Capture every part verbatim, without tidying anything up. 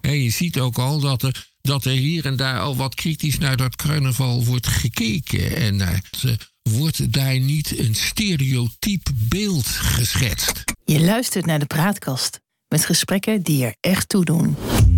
He, je ziet ook al dat er, dat er hier en daar al wat kritisch naar dat carnaval wordt gekeken. En uh, wordt daar niet een stereotyp beeld geschetst. Je luistert naar de Praatkast. Met gesprekken die er echt toe doen.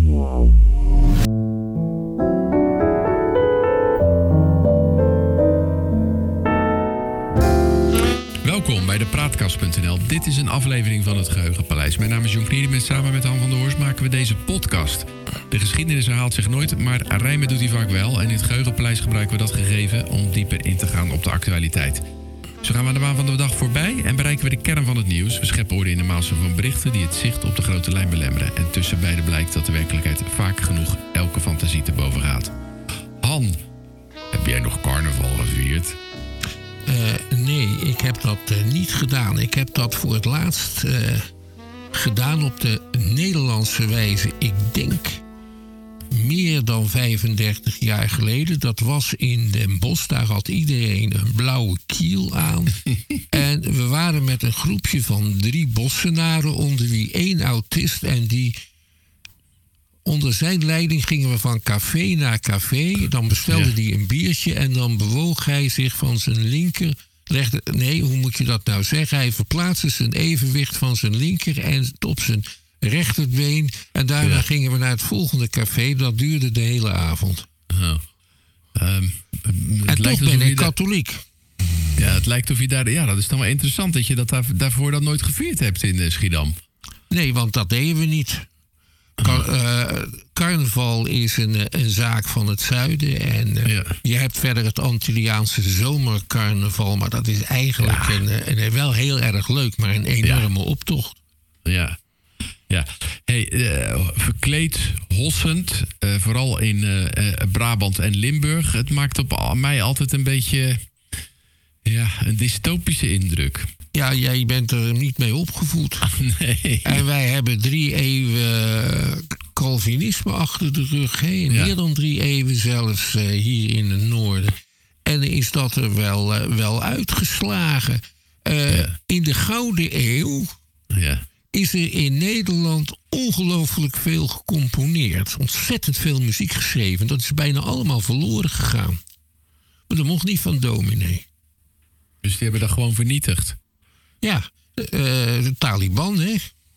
Welkom bij de Praatkast punt n l. Dit is een aflevering van het Geheugenpaleis. Mijn naam is Jon Kniedem en samen met Han van der Horst maken we deze podcast. De geschiedenis herhaalt zich nooit, maar rijmen doet hij vaak wel. En in het Geheugenpaleis gebruiken we dat gegeven om dieper in te gaan op de actualiteit. Zo gaan we aan de waan van de dag voorbij en bereiken we de kern van het nieuws. We scheppen oren in de maalsel van berichten die het zicht op de grote lijn belemmeren. En tussen beiden blijkt dat de werkelijkheid vaak genoeg elke fantasie te boven gaat. Han, heb jij nog carnaval gevierd? Uh, nee, ik heb dat uh, niet gedaan. Ik heb dat voor het laatst uh, gedaan op de Nederlandse wijze. Ik denk meer dan vijfendertig jaar geleden. Dat was in Den Bosch. Daar had iedereen een blauwe kiel aan. En we waren met een groepje van drie Bossenaren, onder wie één autist. En die, onder zijn leiding gingen we van café naar café. Dan bestelde hij ja. een biertje en dan bewoog hij zich van zijn linker... Legde, nee, hoe moet je dat nou zeggen? Hij verplaatste zijn evenwicht van zijn linker en op zijn rechterbeen. En daarna ja. gingen we naar het volgende café. Dat duurde de hele avond. Oh. Um, en toch ben ik katholiek. Da- ja, het lijkt of je daar... Ja, dat is dan wel interessant dat je dat daar, daarvoor dan nooit gevierd hebt in uh, Schiedam. Nee, want dat deden we niet. Car- uh, carnaval is een, een zaak van het zuiden. En uh, ja. je hebt verder het Antilliaanse zomercarnaval. Maar dat is eigenlijk ja. een, een, wel heel erg leuk, maar een enorme ja. optocht. Ja. Ja. Hey, uh, verkleed, hossend, uh, vooral in uh, uh, Brabant en Limburg. Het maakt op mij altijd een beetje ja, een dystopische indruk. Ja, jij bent er niet mee opgevoed. Nee. En wij hebben drie eeuwen Calvinisme achter de rug. Hè? Ja. Meer dan drie eeuwen zelfs uh, hier in het noorden. En is dat er wel, uh, wel uitgeslagen. Uh, ja. In de Gouden Eeuw ja. is er in Nederland ongelooflijk veel gecomponeerd. Ontzettend veel muziek geschreven. Dat is bijna allemaal verloren gegaan. Maar dat mocht niet van dominee. Dus die hebben dat gewoon vernietigd? Ja, uh, de Taliban, hè?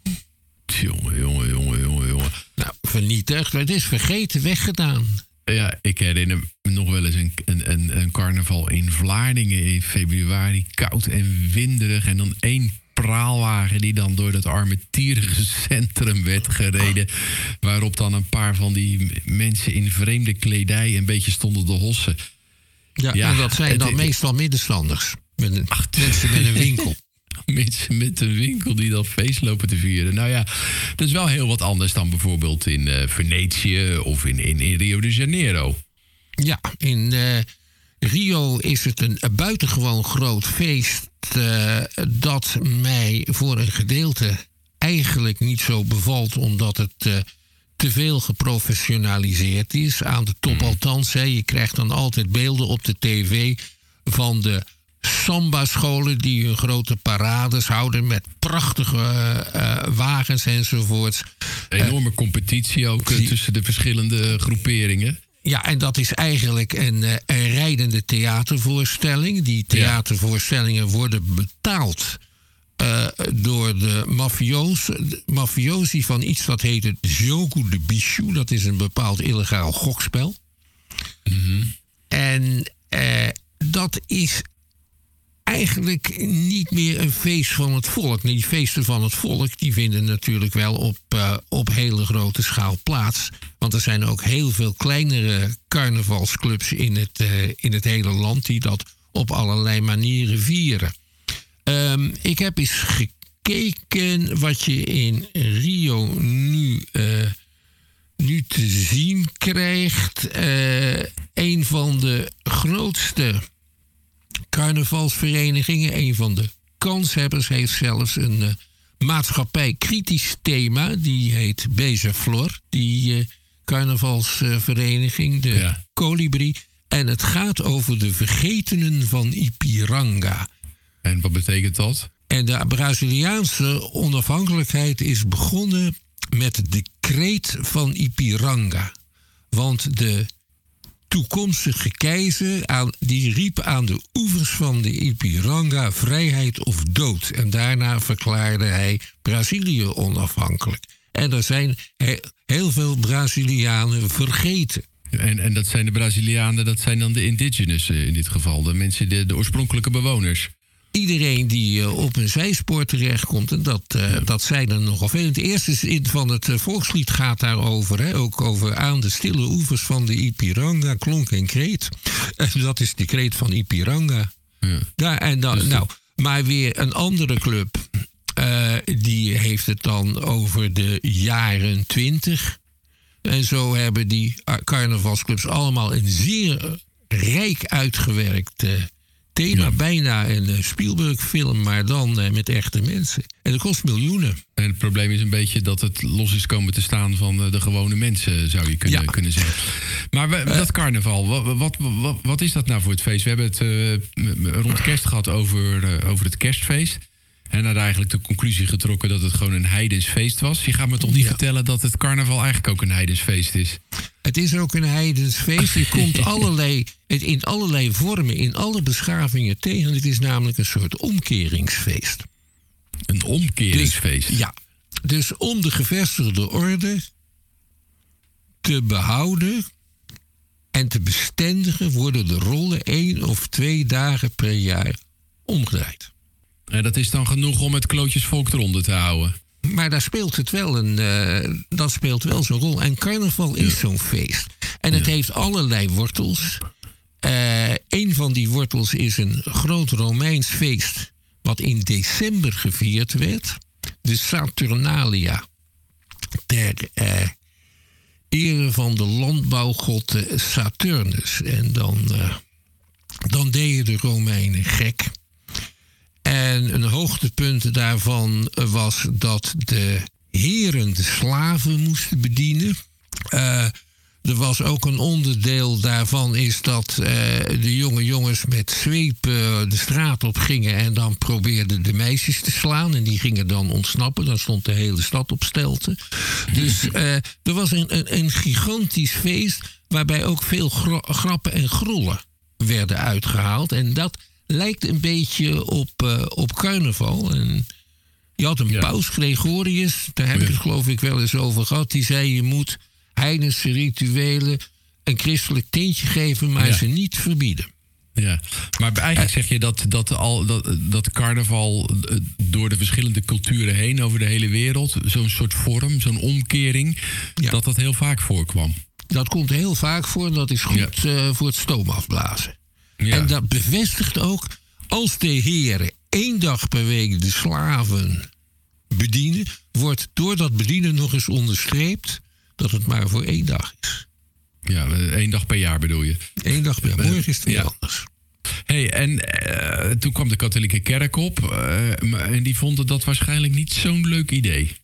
Jongen, jongen, jongen, jongen, jongen. Nou, vernietigd, het is vergeten, weggedaan. Ja, ik herinner me nog wel eens een, een, een carnaval in Vlaardingen in februari. Koud en winderig. En dan één praalwagen die dan door dat armetierige centrum werd gereden. Waarop dan een paar van die mensen in vreemde kledij een beetje stonden te hossen. Ja, ja en dat zijn het, dan het, meestal middenstanders. Met een, ach, mensen met een winkel. Mensen met een winkel die dat feest lopen te vieren. Nou ja, dat is wel heel wat anders dan bijvoorbeeld in uh, Venetië of in, in, in Rio de Janeiro. Ja, in uh, Rio is het een, een buitengewoon groot feest uh, dat mij voor een gedeelte eigenlijk niet zo bevalt, omdat het uh, te veel geprofessionaliseerd is. Aan de top mm. althans. Hè. Je krijgt dan altijd beelden op de tv van de samba-scholen die hun grote parades houden met prachtige uh, wagens enzovoorts. Enorme uh, competitie ook die, tussen de verschillende groeperingen. Ja, en dat is eigenlijk een, uh, een rijdende theatervoorstelling. Die theatervoorstellingen worden betaald uh, door de mafiosi, mafiosi van iets dat heet het Jogo de Bicho. Dat is een bepaald illegaal gokspel. Mm-hmm. En uh, dat is eigenlijk niet meer een feest van het volk. Die feesten van het volk die vinden natuurlijk wel op, uh, op hele grote schaal plaats. Want er zijn ook heel veel kleinere carnavalsclubs in het, uh, in het hele land die dat op allerlei manieren vieren. Um, ik heb eens gekeken wat je in Rio nu, uh, nu te zien krijgt. Uh, een van de grootste carnavalsverenigingen, een van de kanshebbers, heeft zelfs een uh, maatschappij-kritisch thema. Die heet Beija-Flor, die uh, carnavalsvereniging, de ja. Colibri. En het gaat over de vergetenen van Ipiranga. En wat betekent dat? En de Braziliaanse onafhankelijkheid is begonnen met het decreet van Ipiranga. Want de toekomstige keizer aan, die riep aan de oevers van de Ipiranga vrijheid of dood. En daarna verklaarde hij Brazilië onafhankelijk. En er zijn he, heel veel Brazilianen vergeten. En, en dat zijn de Brazilianen, dat zijn dan de indigenous in dit geval. De mensen, de, de oorspronkelijke bewoners. Iedereen die uh, op een zijspoor terechtkomt, en dat, uh, ja. dat zijn er nogal veel. Het eerste zin van het uh, volkslied gaat daarover. Hè? Ook over aan de stille oevers van de Ipiranga klonk een kreet. En dat is de kreet van Ipiranga. Ja. Daar, en dan, dus nou, maar weer een andere club. Uh, die heeft het dan over de jaren twintig. En zo hebben die carnavalsclubs allemaal een zeer rijk uitgewerkt uh, thema. Ja. Bijna een uh, Spielberg-film, maar dan uh, met echte mensen. En dat kost miljoenen. En het probleem is een beetje dat het los is komen te staan van uh, de gewone mensen, zou je kunnen, ja. kunnen zeggen. Maar we, dat carnaval, wat, wat, wat, wat is dat nou voor het feest? We hebben het uh, rond kerst gehad over, uh, over het kerstfeest. En had eigenlijk de conclusie getrokken dat het gewoon een heidens feest was. Je gaat me toch niet ja. vertellen dat het carnaval eigenlijk ook een heidens feest is? Het is ook een heidens feest. Je komt allerlei, het in allerlei vormen, in alle beschavingen tegen. Het is namelijk een soort omkeringsfeest. Een omkeringsfeest? Dus, ja. Dus om de gevestigde orde te behouden en te bestendigen, worden de rollen één of twee dagen per jaar omgedraaid. En dat is dan genoeg om het klootjesvolk eronder te houden. Maar daar speelt het wel een, uh, dat speelt wel zo'n rol. En carnaval is ja. zo'n feest. En het ja. heeft allerlei wortels. Uh, een van die wortels is een groot Romeins feest, wat in december gevierd werd. De Saturnalia. Ter uh, ere van de landbouwgod Saturnus. En dan, uh, dan deden de Romeinen gek. En een hoogtepunt daarvan was dat de heren de slaven moesten bedienen. Uh, er was ook een onderdeel daarvan is dat uh, de jonge jongens met zweep uh, de straat op gingen en dan probeerden de meisjes te slaan. En die gingen dan ontsnappen. Dan stond de hele stad op stelten. Dus uh, er was een, een, een gigantisch feest waarbij ook veel gro- grappen en grollen werden uitgehaald. En dat lijkt een beetje op, uh, op carnaval. En je had een ja. paus, Gregorius, daar heb je het geloof ik wel eens over gehad. Die zei je moet heidense rituelen een christelijk tintje geven, maar ja. ze niet verbieden. Ja, maar eigenlijk zeg je dat, dat, al, dat, dat carnaval door de verschillende culturen heen over de hele wereld, zo'n soort vorm, zo'n omkering, ja. dat dat heel vaak voorkwam. Dat komt heel vaak voor en dat is goed ja. uh, voor het stoom afblazen. Ja. En dat bevestigt ook, als de heren één dag per week de slaven bedienen, wordt door dat bedienen nog eens onderstreept dat het maar voor één dag is. Ja, één dag per jaar bedoel je? Eén dag per jaar, morgen is het weer ja. anders. Hey, en uh, toen kwam de katholieke kerk op uh, en die vonden dat waarschijnlijk niet zo'n leuk idee.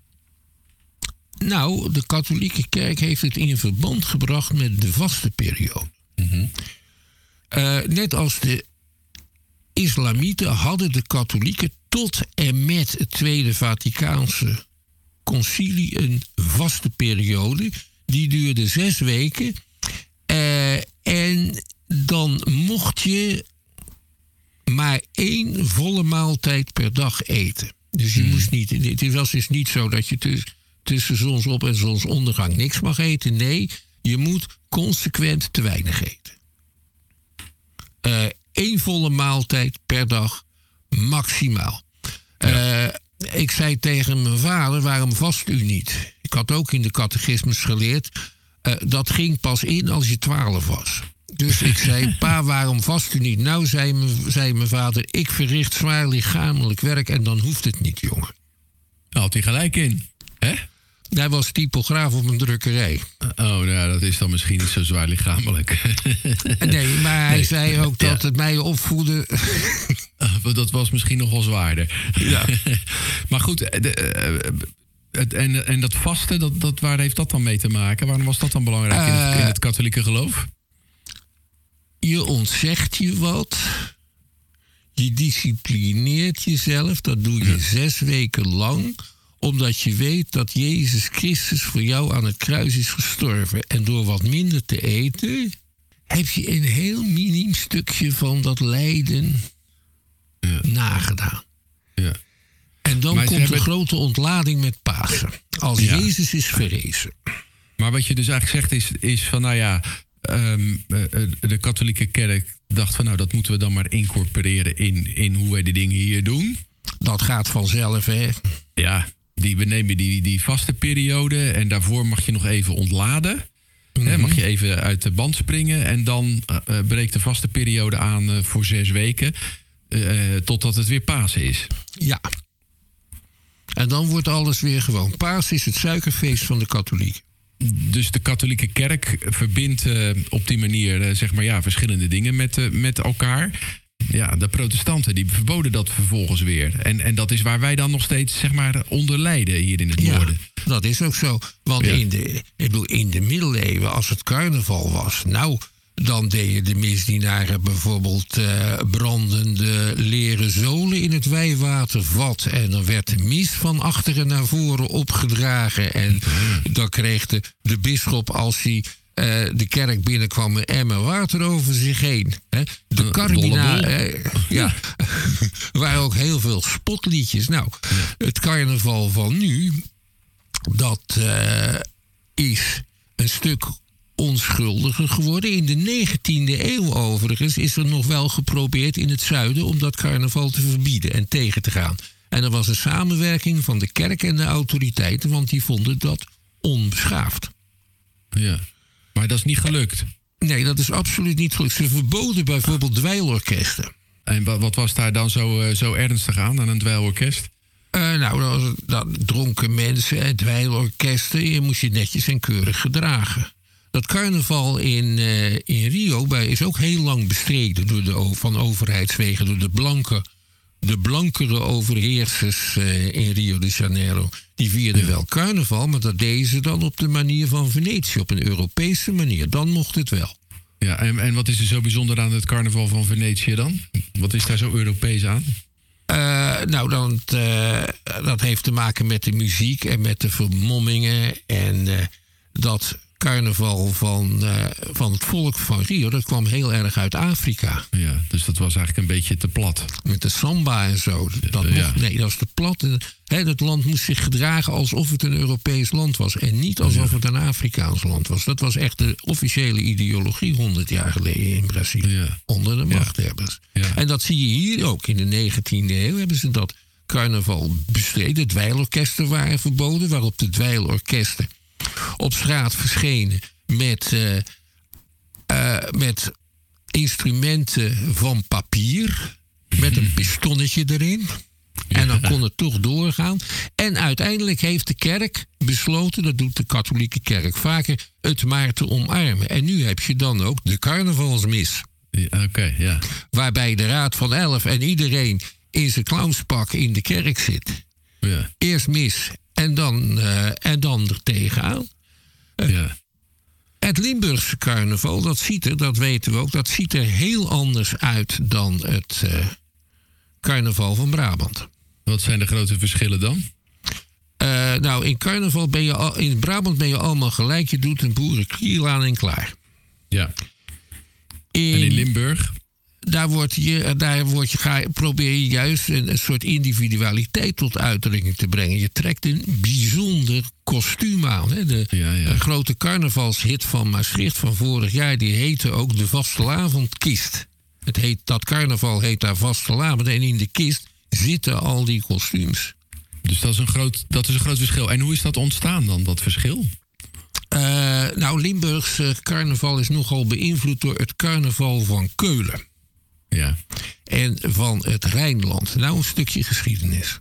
Nou, de katholieke kerk heeft het in verband gebracht met de vastenperiode. Mm-hmm. Uh, net als de islamieten hadden de katholieken tot en met het Tweede Vaticaanse Concilie een vaste periode. Die duurde zes weken. Uh, en dan mocht je maar één volle maaltijd per dag eten. Dus je hmm. moest niet. Het was dus niet zo dat je tuss, tussen zonsop en zonsondergang niks mag eten. Nee, je moet consequent te weinig eten. Uh, één volle maaltijd per dag, maximaal. Ja. Uh, ik zei tegen mijn vader, waarom vast u niet? Ik had ook in de catechismus geleerd, uh, dat ging pas in als je twaalf was. Dus ik zei, pa, waarom vast u niet? Nou, zei, me, zei mijn vader, ik verricht zwaar lichamelijk werk en dan hoeft het niet, jongen. Daar had hij gelijk in, hè? Hij was typograaf op een drukkerij. Oh, nou, dat is dan misschien niet zo zwaar lichamelijk. Nee, maar hij nee. zei ook dat ja. het mij opvoedde. Dat was misschien nog wel zwaarder. Ja. Maar goed, de, uh, en, en dat vasten, dat, dat, waar heeft dat dan mee te maken? Waarom was dat dan belangrijk uh, in, het, in het katholieke geloof? Je ontzegt je wat. Je disciplineert jezelf. Dat doe je ja. zes weken lang. Omdat je weet dat Jezus Christus voor jou aan het kruis is gestorven. En door wat minder te eten, heb je een heel miniem stukje van dat lijden ja. nagedaan. Ja. En dan maar komt hebben... de grote ontlading met Pasen. Als ja. Jezus is verrezen. Maar wat je dus eigenlijk zegt is, is van, nou ja, um, de katholieke kerk dacht van, nou, dat moeten we dan maar incorporeren in, in hoe wij de dingen hier doen. Dat gaat vanzelf, hè? Ja, die, we nemen die, die vaste periode en daarvoor mag je nog even ontladen. Mm-hmm. Hè, mag je even uit de band springen en dan uh, breekt de vaste periode aan uh, voor zes weken. Uh, totdat het weer Pasen is. Ja. En dan wordt alles weer gewoon. Pasen is het suikerfeest van de katholieken. Dus de katholieke kerk verbindt uh, op die manier uh, zeg maar, ja, verschillende dingen met, uh, met elkaar. Ja, de protestanten die verboden dat vervolgens weer. En, en dat is waar wij dan nog steeds zeg maar, onder lijden hier in het ja, noorden. Dat is ook zo. Want ja. in, de, ik bedoel, in de middeleeuwen, als het carnaval was, nou, dan deden de misdienaren bijvoorbeeld uh, brandende leren zolen in het wijwatervat. En dan werd de mis van achteren naar voren opgedragen. En dan kreeg de, de bisschop, als hij uh, de kerk binnenkwam, een emmer water over zich heen. Hè. De kardinaal. Uh, ja, er waren ook heel veel spotliedjes. Nou, het carnaval van nu, dat uh, is een stuk onschuldiger geworden. In de negentiende eeuw overigens is er nog wel geprobeerd in het zuiden om dat carnaval te verbieden en tegen te gaan. En er was een samenwerking van de kerk en de autoriteiten, want die vonden dat onbeschaafd. Ja, maar dat is niet gelukt. Nee, dat is absoluut niet gelukt. Ze verboden bijvoorbeeld dweilorkesten. En wat was daar dan zo, zo ernstig aan, aan een dweilorkest? Uh, nou, dat, dat, dronken mensen en dweilorkesten, je moest je netjes en keurig gedragen. Dat carnaval in, uh, in Rio bij, is ook heel lang bestreden door de, van overheidswegen, door de blanke, de blankere overheersers uh, in Rio de Janeiro. Die vierden ja. wel carnaval, maar dat deden ze dan op de manier van Venetië, op een Europese manier. Dan mocht het wel. Ja, en, en wat is er zo bijzonder aan het carnaval van Venetië dan? Wat is daar zo Europees aan? Uh, nou, dan, uh, dat heeft te maken met de muziek en met de vermommingen en uh, dat carnaval van, uh, van het volk van Rio, dat kwam heel erg uit Afrika. Ja, dus dat was eigenlijk een beetje te plat. Met de samba en zo. Dat ja. mocht, nee, dat was te plat. He, het land moest zich gedragen alsof het een Europees land was en niet alsof ja. het een Afrikaans land was. Dat was echt de officiële ideologie honderd jaar geleden in Brazilië. Ja. Onder de machthebbers. Ja. Ja. En dat zie je hier ook. In de negentiende eeuw hebben ze dat carnaval bestreden. Dweilorkesten waren verboden, waarop de dweilorkesten op straat verschenen met, uh, uh, met instrumenten van papier, met een pistonnetje erin. En dan kon het toch doorgaan. En uiteindelijk heeft de kerk besloten, dat doet de katholieke kerk vaker, het maar te omarmen. En nu heb je dan ook de carnavalsmis. Ja, okay, ja. Waarbij de Raad van Elf en iedereen in zijn clownspak in de kerk zit. Ja. Eerst mis en dan, uh, en dan er tegenaan. Uh, ja. Het Limburgse carnaval, dat ziet er, dat weten we ook, dat ziet er heel anders uit dan het uh, carnaval van Brabant. Wat zijn de grote verschillen dan? Uh, nou, in carnaval ben je al, in Brabant ben je allemaal gelijk. Je doet een boerenkiel aan en klaar. Ja. In, en in Limburg? Daar, word je, daar word je, ga, probeer je juist een, een soort individualiteit tot uitdrukking te brengen. Je trekt een bijzonder kostuum aan. Hè. De, ja, ja. de grote carnavalshit van Maastricht van vorig jaar, die heette ook de Vastelavondkist. Het heet, dat carnaval heet daar Vastelavond. En in de kist zitten al die kostuums. Dus dat is, een groot, dat is een groot verschil. En hoe is dat ontstaan dan, dat verschil? Uh, nou, Limburgse carnaval is nogal beïnvloed door het carnaval van Keulen. Ja. En van het Rijnland. Nou, een stukje geschiedenis.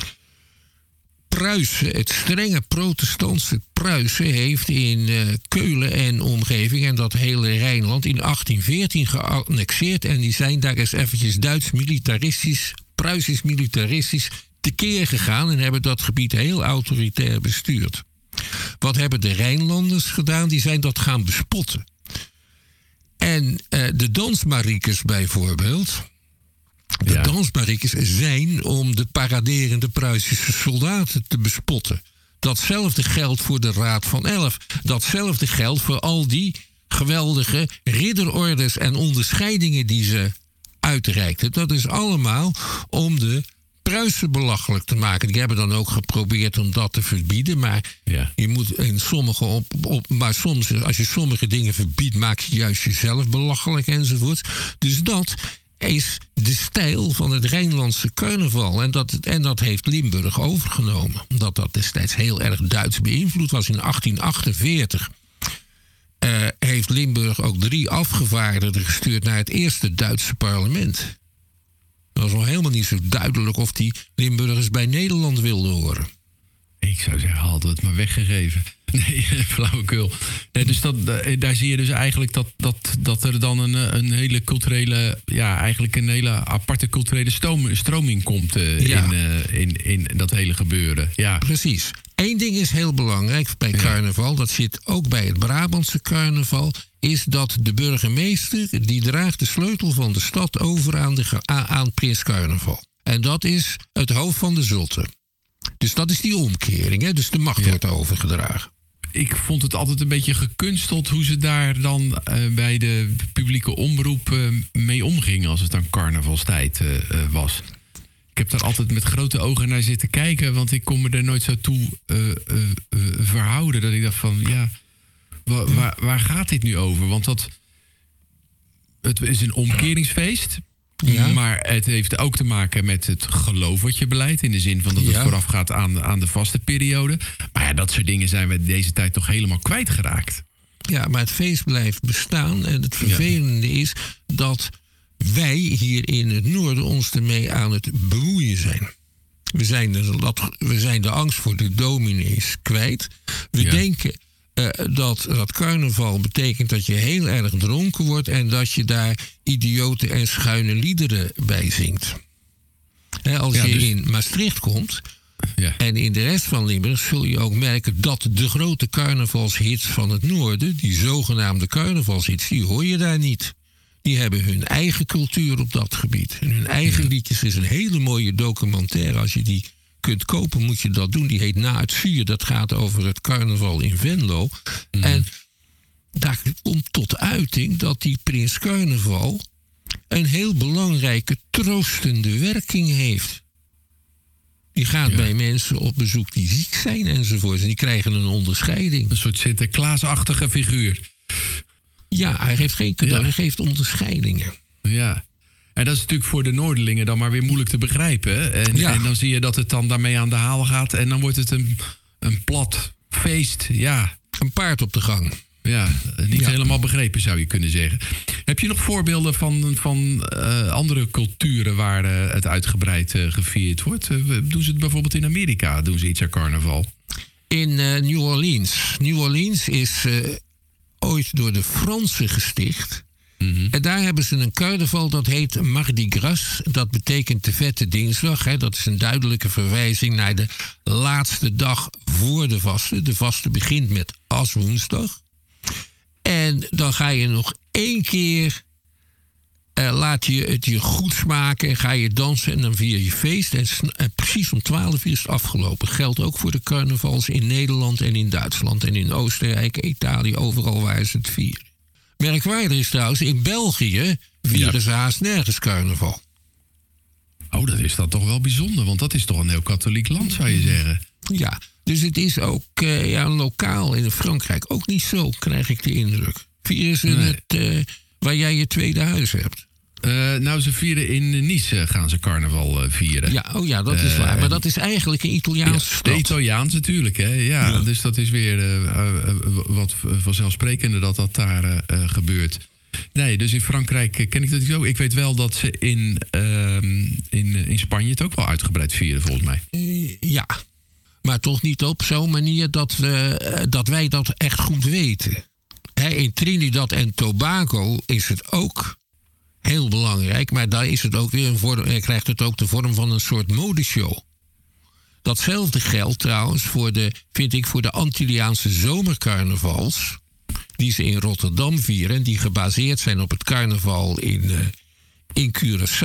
Pruisen, het strenge protestantse Pruisen, heeft in uh, Keulen en omgeving en dat hele Rijnland in achttien veertien geannexeerd. En die zijn daar eens eventjes Duits militaristisch, Pruisisch militaristisch tekeer gegaan en hebben dat gebied heel autoritair bestuurd. Wat hebben de Rijnlanders gedaan? Die zijn dat gaan bespotten. En uh, de dansmariekes bijvoorbeeld, De Ja. dansbarikkes zijn om de paraderende Pruisische soldaten te bespotten. Datzelfde geldt voor de Raad van Elf. Datzelfde geldt voor al die geweldige ridderordes en onderscheidingen die ze uitreikten. Dat is allemaal om de Pruisen belachelijk te maken. Die hebben dan ook geprobeerd om dat te verbieden. Maar Ja. je moet in sommige op, op. Maar soms, als je sommige dingen verbiedt, maak je juist jezelf belachelijk enzovoort. Dus dat is de stijl van het Rijnlandse carnaval. En dat, en dat heeft Limburg overgenomen. Omdat dat destijds heel erg Duits beïnvloed was. In achttien achtenveertig uh, heeft Limburg ook drie afgevaardigden gestuurd naar het eerste Duitse parlement. Het was nog helemaal niet zo duidelijk of die Limburgers bij Nederland wilden horen. Ik zou zeggen, hadden we het maar weggegeven. Nee, flauwekul. Nee, dus dat, daar zie je dus eigenlijk dat, dat, dat er dan een, een hele culturele... ja, eigenlijk een hele aparte culturele stoom, stroming komt uh, Ja. in, uh, in, in dat hele gebeuren. Ja. Precies. Eén ding is heel belangrijk bij carnaval, dat zit ook bij het Brabantse carnaval, is dat de burgemeester, die draagt de sleutel van de stad over aan, de, aan, aan Prins Carnaval. En dat is het hoofd van de Zulte. Dus dat is die omkering, hè? Dus de macht Ja. wordt overgedragen. Ik vond het altijd een beetje gekunsteld hoe ze daar dan uh, bij de publieke omroep uh, mee omgingen als het dan carnavalstijd uh, uh, was. Ik heb daar altijd met grote ogen naar zitten kijken, want ik kon me er nooit zo toe uh, uh, uh, verhouden. Dat ik dacht van, ja, wa- waar, waar gaat dit nu over? Want dat, het is een omkeringsfeest. Ja. Maar het heeft ook te maken met het geloof wat je beleidt. In de zin van dat het Ja. vooraf gaat aan, aan de vaste periode. Maar ja, dat soort dingen zijn we deze tijd toch helemaal kwijtgeraakt. Ja, maar het feest blijft bestaan. En het vervelende is dat wij hier in het noorden ons ermee aan het bemoeien zijn. We zijn de, dat, we zijn de angst voor de dominees kwijt. We Ja. denken uh, dat, dat carnaval betekent dat je heel erg dronken wordt en dat je daar idiote en schuine liederen bij zingt. Hè, als Ja, je dus- in Maastricht komt Ja. en in de rest van Limburg zul je ook merken dat de grote carnavalshits van het noorden, die zogenaamde carnavalshits, die hoor je daar niet. Die hebben hun eigen cultuur op dat gebied. En hun eigen liedjes. Er is een hele mooie documentaire. Als je die kunt kopen, moet je dat doen. Die heet Na het Vuur. Dat gaat over het carnaval in Venlo. Mm. En daar komt tot uiting dat die Prins Carnaval een heel belangrijke troostende werking heeft. Die gaat Ja. bij mensen op bezoek die ziek zijn enzovoort. En die krijgen een onderscheiding. Een soort Sinterklaasachtige figuur. Ja, hij geeft geen cadeau, Ja. hij geeft onderscheidingen. Ja. En dat is natuurlijk voor de Noorderlingen dan maar weer moeilijk te begrijpen. Hè? En, Ja. en dan zie je dat het dan daarmee aan de haal gaat. En dan wordt het een, een plat feest. Ja. Een paard op de gang. Ja, niet Ja. helemaal begrepen zou je kunnen zeggen. Heb je nog voorbeelden van, van uh, andere culturen waar uh, het uitgebreid uh, gevierd wordt? Uh, doen ze het bijvoorbeeld in Amerika? Doen ze iets aan carnaval? In uh, New Orleans. New Orleans is uh, ooit door de Fransen gesticht. Mm-hmm. En daar hebben ze een carnaval dat heet Mardi Gras. Dat betekent de vette dinsdag. Hè. Dat is een duidelijke verwijzing naar de laatste dag voor de vaste. De vaste begint met aswoensdag. En dan ga je nog één keer, uh, laat je het je goed smaken en ga je dansen en dan vier je feest. En, sn- en precies om twaalf uur is het afgelopen. Geldt ook voor de carnavals in Nederland en in Duitsland en in Oostenrijk, Italië, overal waar ze het vieren. Merkwaardig is trouwens, in België vieren Ja. ze haast nergens carnaval. Oh, dat is dan toch wel bijzonder, want dat is toch een heel katholiek land, zou je zeggen. Ja, dus het is ook uh, ja, lokaal in Frankrijk ook niet zo, krijg ik de indruk. Vieren ze Nee. het uh, waar jij je tweede huis hebt? Uh, nou, ze vieren in Nice, gaan ze carnaval uh, vieren. Ja, oh ja, dat is Uh, waar. Maar en- dat is eigenlijk een Ja, Italiaanse de stad. Italiaans natuurlijk, hè. Ja, Ja. dus dat is weer uh, uh, wat vanzelfsprekender dat dat daar uh, uh, gebeurt. Nee, dus in Frankrijk uh, ken ik dat niet zo. Ik weet wel dat ze in, uh, in, in Spanje het ook wel uitgebreid vieren, volgens mij. Uh, ja, maar toch niet op zo'n manier dat, we, dat wij dat echt goed weten. Hè, in Trinidad en Tobago is het ook heel belangrijk, maar daar is het ook weer een vorm, eh, krijgt het ook de vorm van een soort modeshow. Datzelfde geldt trouwens voor de, vind ik, voor de Antilliaanse zomercarnavals, die ze in Rotterdam vieren en die gebaseerd zijn op het carnaval in, uh, in Curaçao.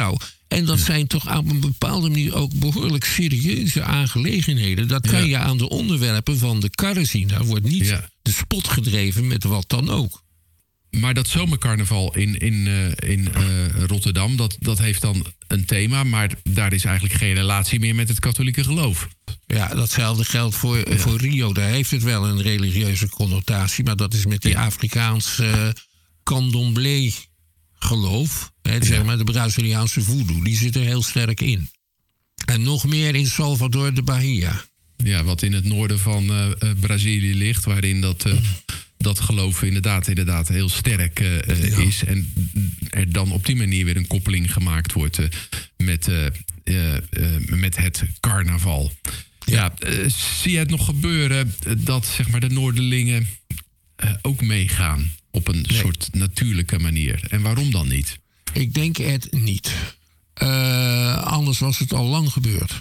En dat zijn toch op een bepaalde manier ook behoorlijk serieuze aangelegenheden. Dat kan ja. je aan de onderwerpen van de karren zien. Daar wordt niet ja. de spot gedreven met wat dan ook. Maar dat zomercarnaval in, in, uh, in uh, Rotterdam, dat, dat heeft dan een thema, maar daar is eigenlijk geen relatie meer met het katholieke geloof. Ja, datzelfde geldt voor, ja. voor Rio. Daar heeft het wel een religieuze connotatie, maar dat is met die ja. Afrikaanse uh, candomblé geloof. Hè, ja. Zeg maar de Braziliaanse voodoo, die zit er heel sterk in. En nog meer in Salvador de Bahia. Ja, wat in het noorden van uh, uh, Brazilië ligt, waarin dat... Uh, dat geloof inderdaad, inderdaad heel sterk uh, ja. is. En er dan op die manier weer een koppeling gemaakt wordt uh, met, uh, uh, uh, met het carnaval. Ja, ja uh, zie je het nog gebeuren dat zeg maar, de Noorderlingen uh, ook meegaan op een nee. soort natuurlijke manier? En waarom dan niet? Ik denk het niet. Uh, anders was het al lang gebeurd.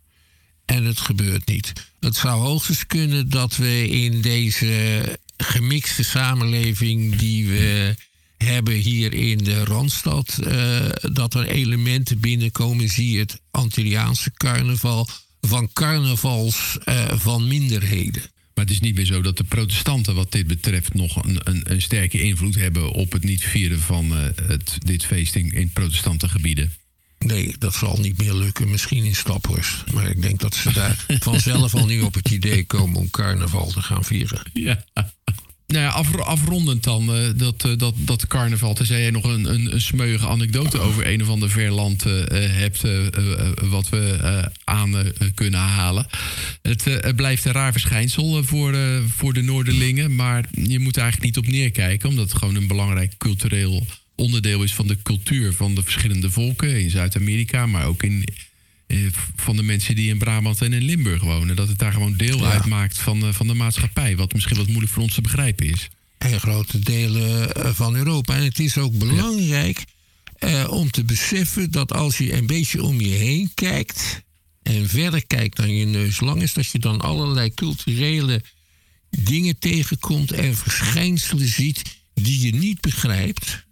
En het gebeurt niet. Het zou hoogstens kunnen dat we in deze gemixte samenleving die we hebben hier in de Randstad, uh, dat er elementen binnenkomen, zie je het Antilliaanse carnaval, van carnavals uh, van minderheden. Maar het is niet meer zo dat de protestanten wat dit betreft nog een, een, een sterke invloed hebben op het niet vieren van uh, het, dit feest in, in protestante gebieden. Nee, dat zal niet meer lukken. Misschien in Staphorst. Maar ik denk dat ze daar vanzelf al nu op het idee komen om carnaval te gaan vieren. Ja. Nou ja, af, afrondend dan, uh, dat, uh, dat, dat carnaval. Tenzij jij nog een, een, een smeuïge anekdote over een of ander verland uh, hebt, uh, uh, wat we uh, aan uh, kunnen halen. Het, uh, het blijft een raar verschijnsel uh, voor, uh, voor de Noorderlingen. Maar je moet er eigenlijk niet op neerkijken, omdat het gewoon een belangrijk cultureel onderdeel is van de cultuur van de verschillende volken in Zuid-Amerika, maar ook in, eh, van de mensen die in Brabant en in Limburg wonen. Dat het daar gewoon deel ja. uitmaakt van, uh, van de maatschappij, wat misschien wat moeilijk voor ons te begrijpen is. En grote delen van Europa. En het is ook belangrijk ja. uh, om te beseffen dat als je een beetje om je heen kijkt en verder kijkt dan je neus lang is, dat je dan allerlei culturele dingen tegenkomt en verschijnselen ziet die je niet begrijpt.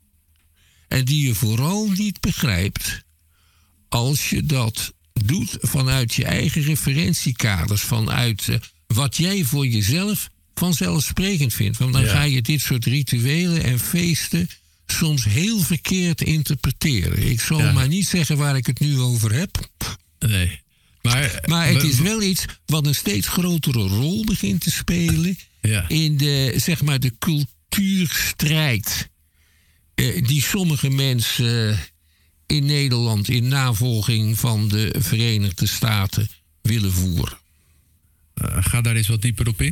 En die je vooral niet begrijpt als je dat doet vanuit je eigen referentiekaders. Vanuit uh, wat jij voor jezelf vanzelfsprekend vindt. Want dan ja. ga je dit soort rituelen en feesten soms heel verkeerd interpreteren. Ik zal ja. maar niet zeggen waar ik het nu over heb. Nee. Maar, maar het is wel iets wat een steeds grotere rol begint te spelen ja. in de, zeg maar, de cultuurstrijd die sommige mensen in Nederland in navolging van de Verenigde Staten willen voeren. Uh, ga daar eens wat dieper op in.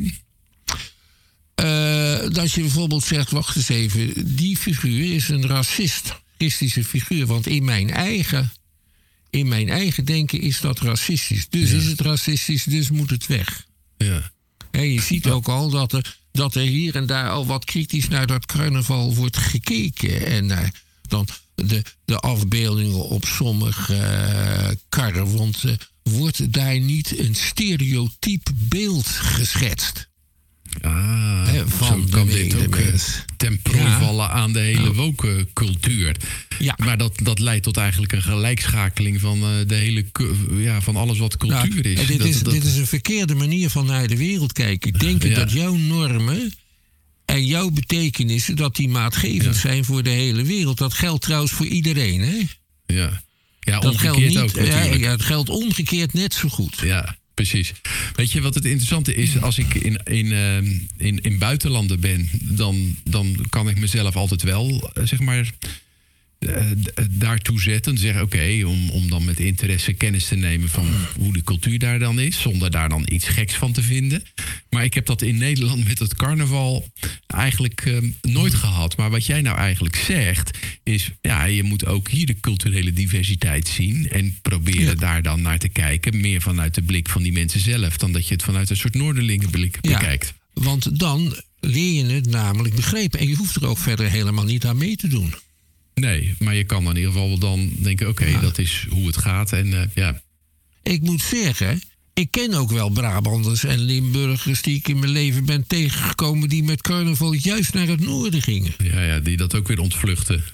Uh, dat je bijvoorbeeld zegt, wacht eens even, die figuur is een racistische figuur. Want in mijn eigen, in mijn eigen denken is dat racistisch. Dus ja. is het racistisch, dus moet het weg. Ja. En je ziet ook al dat er, dat er hier en daar al wat kritisch naar dat carnaval wordt gekeken. En naar dan de, de afbeeldingen op sommige uh, karren. Want uh, wordt daar niet een stereotyp beeld geschetst? Ah, He, van zo kan dit ook uh, ten prooi ja. vallen aan de hele woke cultuur. Ja. Maar dat, dat leidt tot eigenlijk een gelijkschakeling van, uh, de hele, ja, van alles wat cultuur nou, is. Dit, dat, is dat... dit is een verkeerde manier van naar de wereld kijken. Denken ja. dat jouw normen en jouw betekenissen, dat die maatgevend ja. zijn voor de hele wereld. Dat geldt trouwens voor iedereen, hè? Ja, ja dat geldt niet, ook ja, ja, het geldt omgekeerd net zo goed. Ja. Precies. Weet je wat het interessante is? Als ik in, in, uh, in, in buitenlanden ben, dan, dan kan ik mezelf altijd wel, uh, zeg maar, uh, daartoe zetten. Zeggen, oké, okay, om, om dan met interesse kennis te nemen van hoe de cultuur daar dan is, zonder daar dan iets geks van te vinden. Maar ik heb dat in Nederland met het carnaval eigenlijk uh, nooit gehad. Maar wat jij nou eigenlijk zegt, is, ja, je moet ook hier de culturele diversiteit zien en proberen ja. daar dan naar te kijken. Meer vanuit de blik van die mensen zelf, dan dat je het vanuit een soort Noorderlingenblik ja, bekijkt. Want dan leer je het namelijk begrepen. En je hoeft er ook verder helemaal niet aan mee te doen. Nee, maar je kan in ieder geval dan denken, oké, okay, ja. dat is hoe het gaat. En uh, ja. Ik moet zeggen, ik ken ook wel Brabanders en Limburgers die ik in mijn leven ben tegengekomen die met carnaval juist naar het noorden gingen. Ja, ja, die dat ook weer ontvluchten.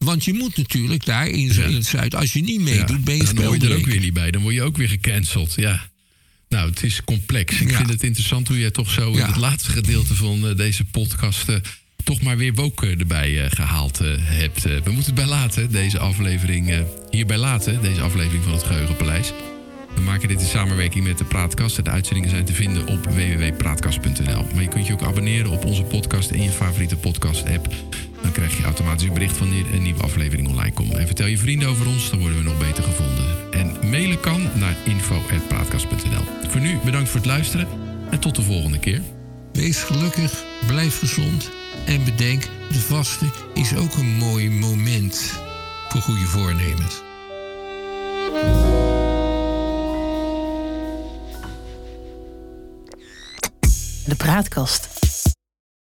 Want je moet natuurlijk daar in, ja. in het Zuid... als je niet meedoet, ja, ben je spelbreker. Dan word je er ook weer niet bij. Dan word je ook weer gecanceld, ja. Nou, het is complex. Ik ja. vind het interessant hoe jij toch zo... Ja. in het laatste gedeelte van uh, deze podcast... Uh, toch maar weer woke erbij uh, gehaald uh, hebt. Uh, we moeten het bij laten, deze aflevering... Uh, hierbij laten, deze aflevering van het Geheugenpaleis. We maken dit in samenwerking met de Praatkast. De uitzendingen zijn te vinden op w w w punt praatkast punt n l. Maar je kunt je ook abonneren op onze podcast in je favoriete podcast-app. Dan krijg je automatisch een bericht wanneer een nieuwe aflevering online komt. En vertel je vrienden over ons, dan worden we nog beter gevonden. En mailen kan naar info punt praatkast punt n l. Voor nu bedankt voor het luisteren en tot de volgende keer. Wees gelukkig, blijf gezond en bedenk, de vaste is ook een mooi moment voor goede voornemens. De Praatkast.